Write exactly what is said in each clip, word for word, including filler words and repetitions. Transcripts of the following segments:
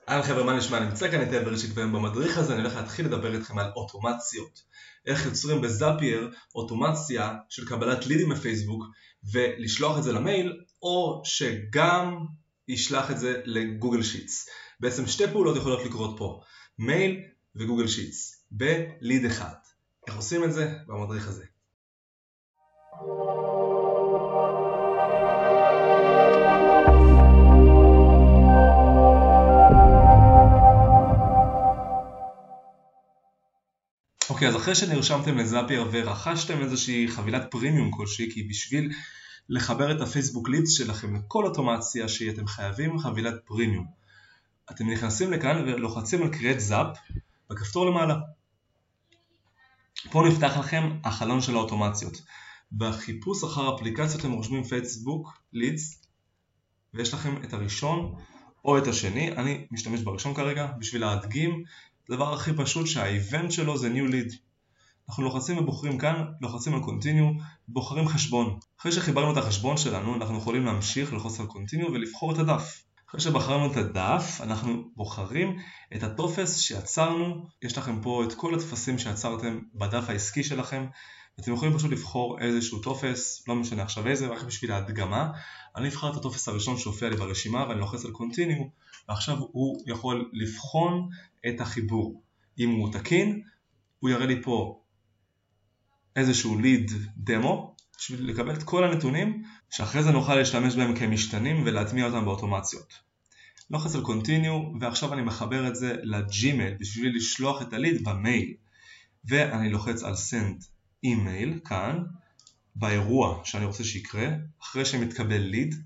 אהלן חבר'ה, מה נשמע? נמצא כאן איתי בראשית, והיום במדריך הזה אני הולך להתחיל לדבר איתכם על אוטומציות. איך יוצרים בזאפייר אוטומציה של קבלת לידים בפייסבוק ולשלוח את זה למייל, או שגם ישלח את זה לגוגל שיטס. בעצם שתי פעולות יכולות לקרות פה, מייל וגוגל שיטס, בליד אחד. איך עושים את זה? במדריך הזה. אוקיי, אז אחרי שנרשמתם לזאפייר ורכשתם איזושהי חבילת פרימיום כלשהי, כי בשביל לחבר את הפייסבוק לידס שלכם לכל אוטומציה שאתם חייבים חבילת פרימיום, אתם נכנסים לכאן ולוחצים על Create Zap בכפתור למעלה. פה נפתח לכם החלון של האוטומציות. בחיפוש אחר אפליקציות אתם רושמים פייסבוק לידס, ויש לכם את הראשון או את השני. אני משתמש בראשון כרגע בשביל להדגים. הדבר הכי פשוט שהאיבנט שלו זה New Lead. אנחנו לוחצים ובוחרים כאן, לוחצים על Continue, בוחרים חשבון. אחרי שחיברנו את החשבון שלנו, אנחנו יכולים להמשיך ללחוץ על Continue ולבחור את הדף. אחרי שבחרנו את הדף, אנחנו בוחרים את הטופס שיצרנו. יש לכם פה את כל הטפסים שיצרתם בדף העסקי שלכם. אתם יכולים פשוט לבחור איזשהו טופס, לא משנה עכשיו איזה, רק בשביל ההדגמה. אני אבחר את הטופס הראשון שהופיע לי ברשימה ואני לוחץ על Continue, ועכשיו הוא יכול לבחון את החיבור. אם הוא תקין, הוא יראה לי פה איזשהו ליד דמו, בשביל לקבל את כל הנתונים, שאחרי זה נוכל להשתמש בהם כמשתנים ולהטמיע אותם באוטומציות. לוחץ על Continue, ועכשיו אני מחבר את זה לג'ימייל בשביל לשלוח את הליד במייל. ואני לוחץ על Send Email כאן, באירוע שאני רוצה שיקרה, אחרי שמתקבל ליד.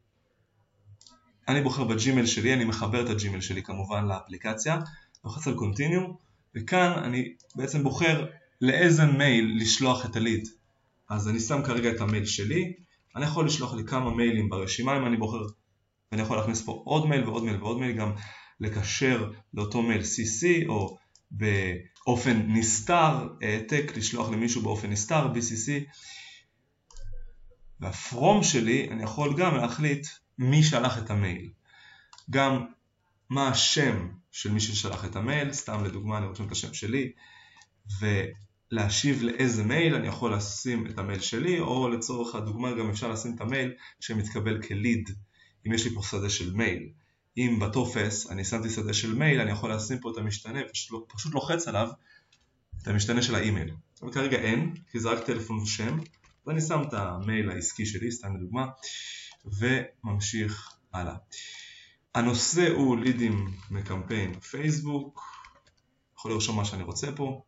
אני בוחר בג'ימייל שלי, אני מחבר את הג'ימייל שלי כמובן לאפליקציה, לוחץ על Continue, וכאן אני בעצם בוחר לאיזה מייל לשלוח את הליד. אז אני שם כרגע את המייל שלי, אני יכול לשלוח לי כמה מיילים ברשימה אם אני בוחר, ואני יכול להכניס פה עוד מייל ועוד מייל ועוד מייל, גם לקשר לאותו מייל סי סי, או באופן נסתר, העתק לשלוח למישהו באופן נסתר, בי סי סי. והפרום שלי, אני יכול גם להחליט מי שלח את המייל. גם מה השם של מי ששלח את המייל, סתם לדוגמה אני רושם את השם שלי, ולהשיב לאיזה מייל, אני יכול לשים את המייל שלי, או לצורך הדוגמה גם אפשר לשים את המייל שמתקבל כליד, אם יש לי פה שדה של מייל. אם בטופס אני שמתי שדה של מייל, אני יכול לשים פה את המשתנה, פשוט לוחץ עליו את המשתנה של האימייל. אבל כרגע אין, כי זה רק טלפון ושם, ואני שם את המייל העסקי שלי, סתם לדוגמה, וממשיך הלאה. הנושא הוא לידים מקמפיין פייסבוק, יכול לרשום מה שאני רוצה פה,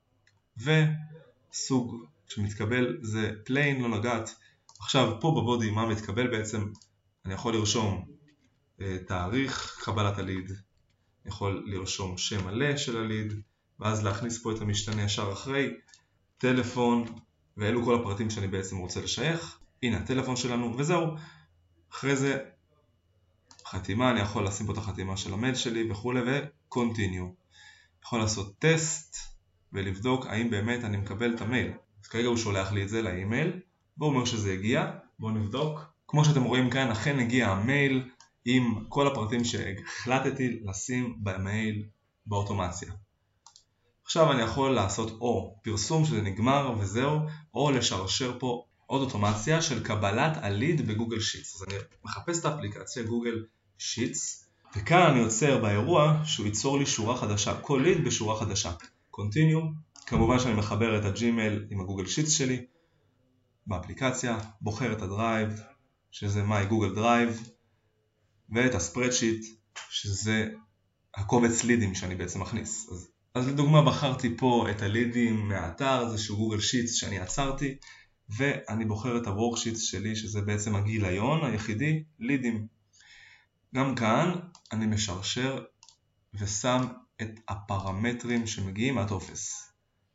וסוג שמתקבל זה plain, לא לגעת. עכשיו פה בבודי מה מתקבל בעצם, אני יכול לרשום תאריך קבלת הליד, אני יכול לרשום שם מלא של הליד, ואז להכניס פה את המשתנה ישר אחרי, טלפון, ואלו כל הפרטים שאני בעצם רוצה לשייך. הנה הטלפון שלנו, וזהו. אחרי זה חתימה, אני יכול לשים פה את החתימה של המייל שלי וכו', ו-Continue. יכול לעשות טסט ולבדוק האם באמת אני מקבל את המייל. אז כרגע הוא שולח לי את זה לאימייל, והוא אומר שזה הגיע. בואו נבדוק. כמו שאתם רואים כאן, אכן הגיע המייל עם כל הפרטים שהחלטתי לשים במייל באוטומציה. עכשיו אני יכול לעשות או פרסום שזה נגמר וזהו, או לשרשר פה עוד אוטומציה של קבלת הליד בגוגל שיטס. אז אני מחפש את האפליקציה גוגל שיטס, וכאן אני יוצר באירוע שהוא ייצור לי שורה חדשה, כל ליד בשורה חדשה. Continue, כמובן שאני מחבר את הג'ימייל עם הגוגל שיטס שלי באפליקציה, בוחר את הדרייב, שזה my Google Drive, ואת הספרדשיט, שזה הקובץ לידים שאני בעצם מכניס. אז, אז לדוגמה בחרתי פה את הלידים מהאתר, זה שהוא גוגל שיטס שאני יצרתי, ואני בוחר את הוורקשיטס שלי, שזה בעצם הגיליון היחידי, לידים. גם כאן אני משרשר ושם את הפרמטרים שמגיעים מהטופס.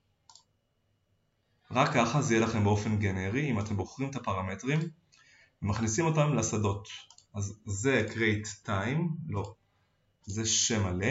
רק ככה זה יהיה לכם באופן גנרי, אם אתם בוחרים את הפרמטרים ומכניסים אותם לשדות. אז זה create time, לא, זה שם מלא.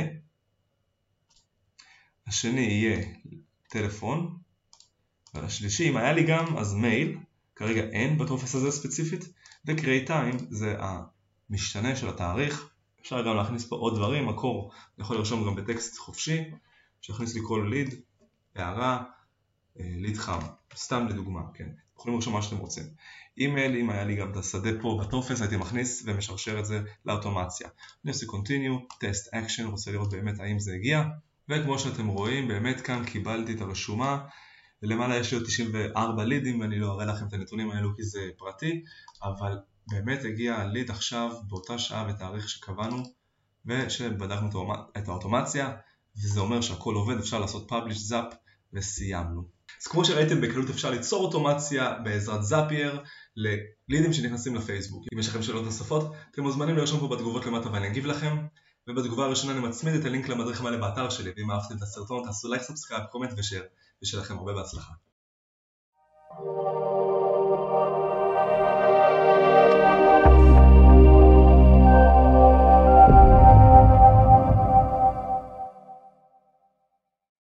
השני יהיה טלפון, והשלישי, אם היה לי גם, אז מייל, כרגע אין בטופס הזה ספציפית, ו-create time זה המשתנה של התאריך אפשר גם להכניס פה עוד דברים, מקור, אני יכול לרשום גם בטקסט חופשי, שיכניס לי כל ליד, הערה, ליד חם, סתם לדוגמה, כן, יכולים לרשום מה שאתם רוצים. אימייל, אם היה לי גם את השדה פה בטופס, הייתי מכניס ומשרשר את זה לאוטומציה. אני עושה continue, test action, רוצה לראות באמת האם זה הגיע, וכמו שאתם רואים, באמת כאן קיבלתי את הרשומה, למעלה יש לי עוד תשעים וארבע לידים, ואני לא אראה לכם את הנתונים האלו כי זה פרטי, אבל באמת הגיע הליד עכשיו באותה שעה ותאריך שקבענו, ושבדקנו את האוטומציה, וזה אומר שהכל עובד, אפשר לעשות publish zap וסיימנו. אז כמו שראיתם, בקלות אפשר ליצור אוטומציה בעזרת זאפייר ללידים שנכנסים לפייסבוק. אם יש לכם שאלות נוספות, אתם מוזמנים לרשום פה בתגובות למטה ואני אגיב לכם. ובתגובה הראשונה אני מצמיד את הלינק למדריך מלא באתר שלי, ואם אהבתם את הסרטון תעשו לייק, סאבסקרייב, קומנט ושאר, ושיהיה לכם הרבה בהצלחה.